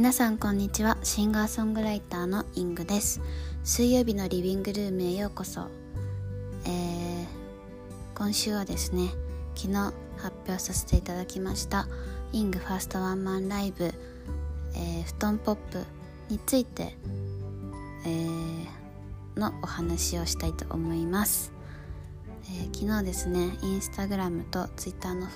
皆さんこんにちは。シンガーソングライターのイングです。水曜日のリビングルームへようこそ。今週はですね、昨日発表させていただきましたイングファーストワンマンライブ、布団ポップについて、のお話をしたいと思います。昨日ですね、インスタグラムとツイッターの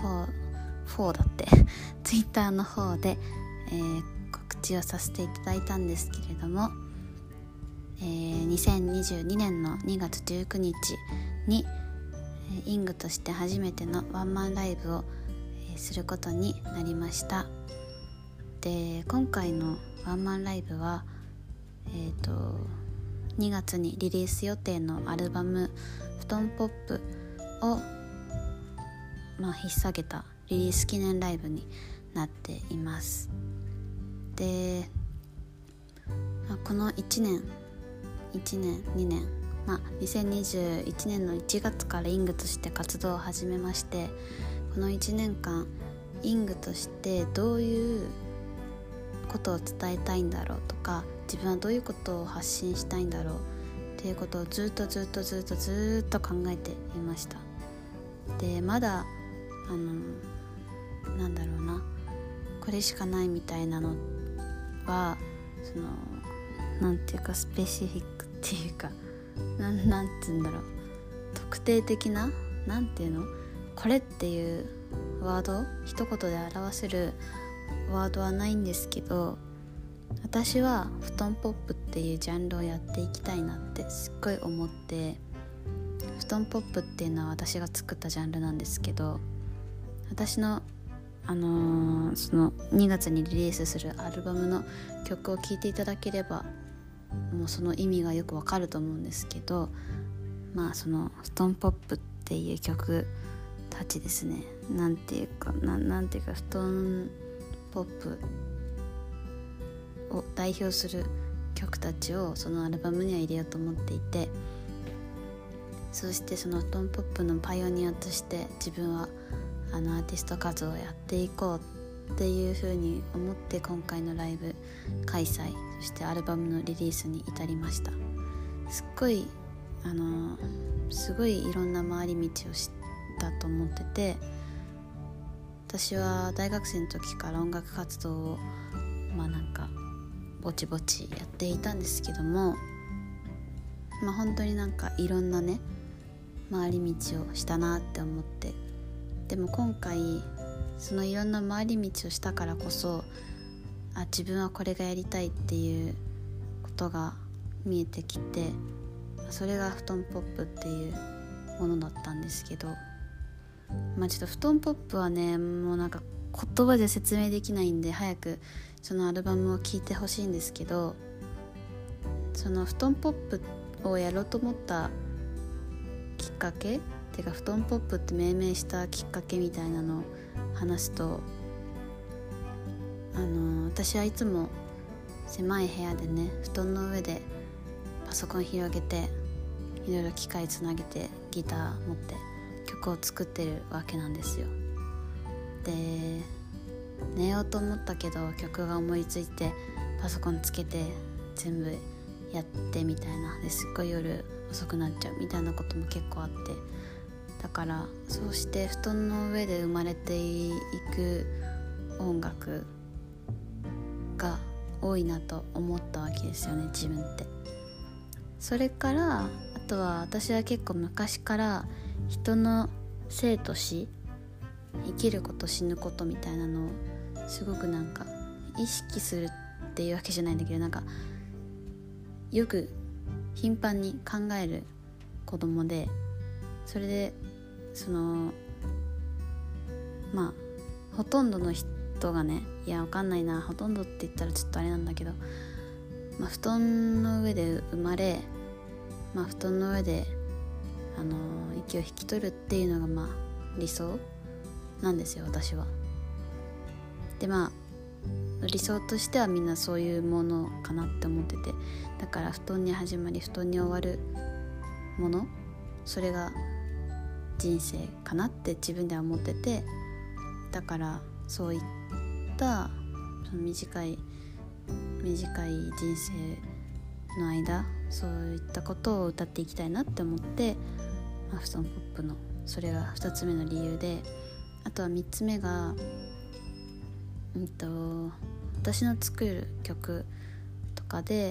ツイッターの方で、告知をさせていただいたんですけれども、2022年の2月19日にイングとして初めてのワンマンライブをすることになりました。で、今回のワンマンライブは、2月にリリース予定のアルバム布団ポップを、引っ提げたリリース記念ライブになっています。で、この1年2年、2021年の1月からイングとして活動を始めまして、この1年間イングとしてどういうことを伝えたいんだろうとか、自分はどういうことを発信したいんだろうっていうことをずっと考えていました。で、まだこれしかないみたいなのは、なんていうかスペシフィックっていうか、なんていうんだろう、特定的な、なんていうの、これっていうワード、一言で表せるワードはないんですけど、私は布団ポップっていうジャンルをやっていきたいなってすっごい思って、布団ポップっていうのは私が作ったジャンルなんですけど、私のその2月にリリースするアルバムの曲を聴いていただければ、もうその意味がよくわかると思うんですけど、その布団ポップっていう曲たちですね、なんていうか布団ポップを代表する曲たちをそのアルバムには入れようと思っていて、そしてその布団ポップのパイオニアとして自分はアーティスト活動をやっていこうっていう風に思って、今回のライブ開催、そしてアルバムのリリースに至りました。すごいいろんな回り道をしたと思ってて、私は大学生の時から音楽活動をぼちぼちやっていたんですけども、本当にいろんなね回り道をしたなって思って、でも今回そのいろんな回り道をしたからこそ、自分はこれがやりたいっていうことが見えてきて、それが布団ポップっていうものだったんですけど、ちょっと布団ポップはね、もう言葉で説明できないんで、早くそのアルバムを聴いてほしいんですけど、その布団ポップをやろうと思ったきっかけっていうか、布団ポップって命名したきっかけみたいなのを話すと、私はいつも狭い部屋でね、布団の上でパソコン広げて、いろいろ機械つなげてギター持って曲を作ってるわけなんですよ。で、寝ようと思ったけど曲が思いついてパソコンつけて全部やってみたいな、ですっごい夜遅くなっちゃうみたいなことも結構あって、だからそうして布団の上で生まれていく音楽が多いなと思ったわけですよね、自分って。それからあとは、私は結構昔から人の生と死、生きること死ぬことみたいなのをすごく意識するっていうわけじゃないんだけど、よく頻繁に考える子供で、それでほとんどの人がね、わかんないな、ほとんどって言ったらちょっとあれなんだけど、布団の上で生まれ、布団の上で息を引き取るっていうのが理想なんですよ、私は。で、理想としてはみんなそういうものかなって思ってて、だから布団に始まり布団に終わるもの、それが人生かなって自分では思ってて、だからそういったその短い短い人生の間そういったことを歌っていきたいなって思って、布団ポップのそれが2つ目の理由で、あとは3つ目が私の作る曲とかで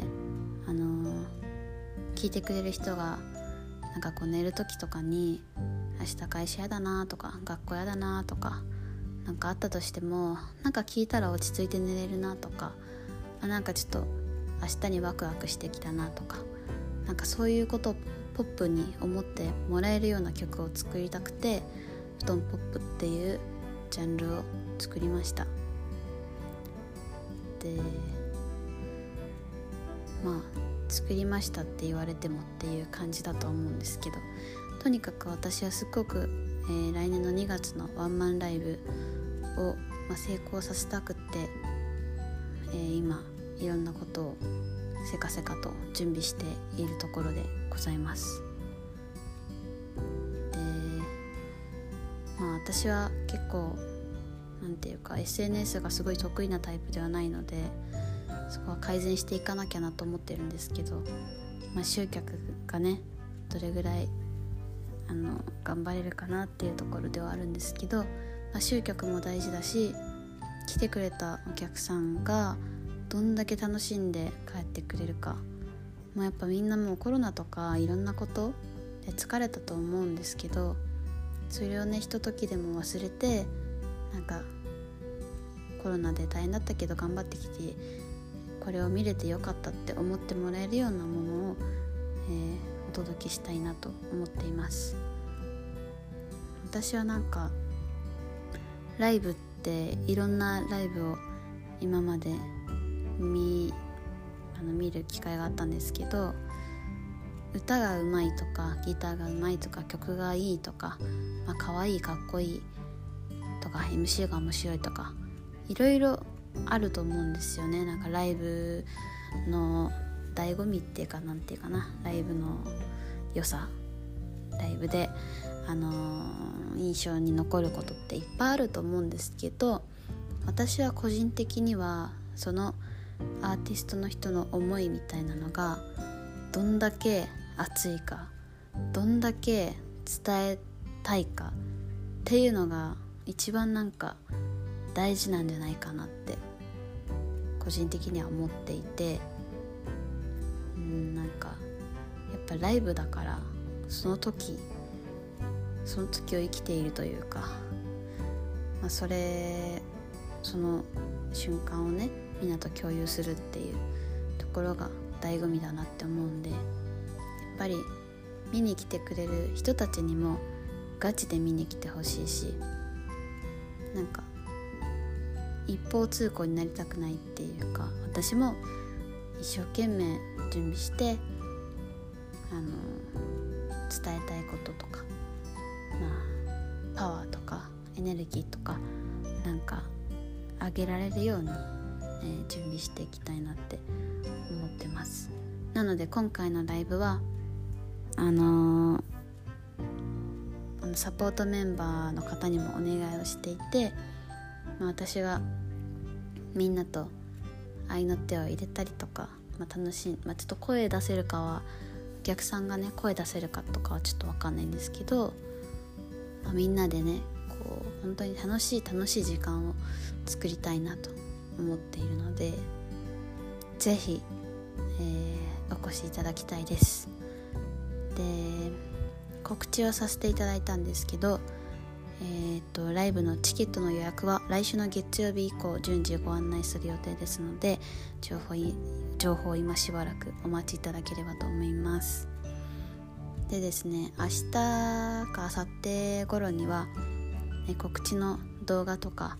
聴いてくれる人がなんかこう寝る時とかに明日会社やだなとか学校やだなとかなんかあったとしても、なんか聞いたら落ち着いて寝れるなとか、なんかちょっと明日にワクワクしてきたなとか、なんかそういうことをポップに思ってもらえるような曲を作りたくて、布団ポップっていうジャンルを作りました。で作りましたって言われてもっていう感じだと思うんですけど、とにかく私はすっごく、来年の2月のワンマンライブを、成功させたくって、今いろんなことをせかせかと準備しているところでございます。で私は結構なんていうか SNS がすごい得意なタイプではないので、そこは改善していかなきゃなと思ってるんですけど、集客がねどれぐらい頑張れるかなっていうところではあるんですけど、集客も大事だし、来てくれたお客さんがどんだけ楽しんで帰ってくれるか、やっぱみんなもうコロナとかいろんなことで疲れたと思うんですけど、それをねひとときでも忘れて、なんかコロナで大変だったけど頑張ってきてこれを見れてよかったって思ってもらえるようなものを、お届けしたいなと思っています。私はなんかライブっていろんなライブを今まで見る機会があったんですけど、歌がうまいとかギターがうまいとか曲がいいとか、可愛いかっこいいとか MC が面白いとかいろいろあると思うんですよね。なんかライブの醍醐味っていうかなんていうかな、ライブの良さ、ライブで印象に残ることっていっぱいあると思うんですけど、私は個人的にはそのアーティストの人の思いみたいなのがどんだけ熱いか、どんだけ伝えたいかっていうのが一番なんか大事なんじゃないかなって個人的には思っていて、なんかやっぱライブだからその時を生きているというか、その瞬間をねみんなと共有するっていうところが醍醐味だなって思うんで、やっぱり見に来てくれる人たちにもガチで見に来てほしいし、なんか一方通行になりたくないっていうか、私も一生懸命準備して伝えたいこととか、パワーとかエネルギーとかなんか上げられるように、準備していきたいなって思ってます。なので今回のライブはサポートメンバーの方にもお願いをしていて、私がみんなと愛の手を入れたりとか、ちょっと声出せるかはお客さんがね声出せるかとかはちょっと分かんないんですけど、みんなでねこう本当に楽しい時間を作りたいなと思っているので、ぜひ、お越しいただきたいです。で告知をさせていただいたんですけど、ライブのチケットの予約は来週の月曜日以降順次ご案内する予定ですので、情報を今しばらくお待ちいただければと思います。でですね、明日か明後日頃には、告知の動画とか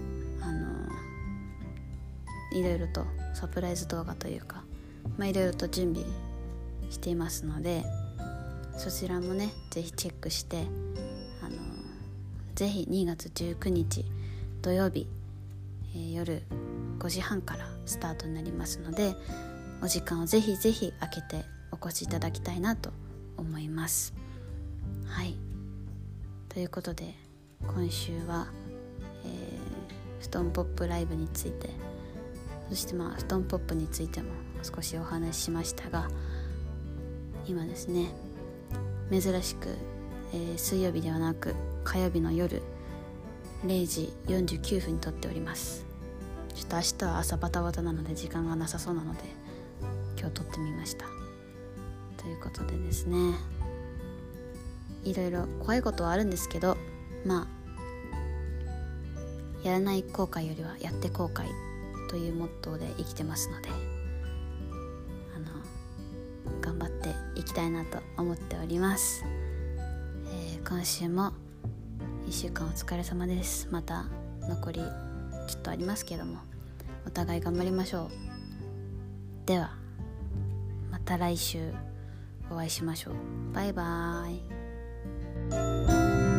いろいろとサプライズ動画というか、いろいろと準備していますので、そちらもねぜひチェックしてぜひ2月19日土曜日、夜5時半からスタートになりますので、お時間をぜひぜひ空けてお越しいただきたいなと思います。はい、ということで今週は、布団ポップライブについてそしてストーンポップについても少しお話ししましたが、今ですね珍しく、水曜日ではなく火曜日の夜0時49分に撮っております。ちょっと明日は朝バタバタなので時間がなさそうなので今日撮ってみました。ということでですね、いろいろ怖いことはあるんですけど、やらない後悔よりはやって後悔というモットーで生きてますので、頑張っていきたいなと思っております。今週も1週間お疲れ様です。また残りちょっとありますけども、お互い頑張りましょう。ではまた来週お会いしましょう。バイバーイ。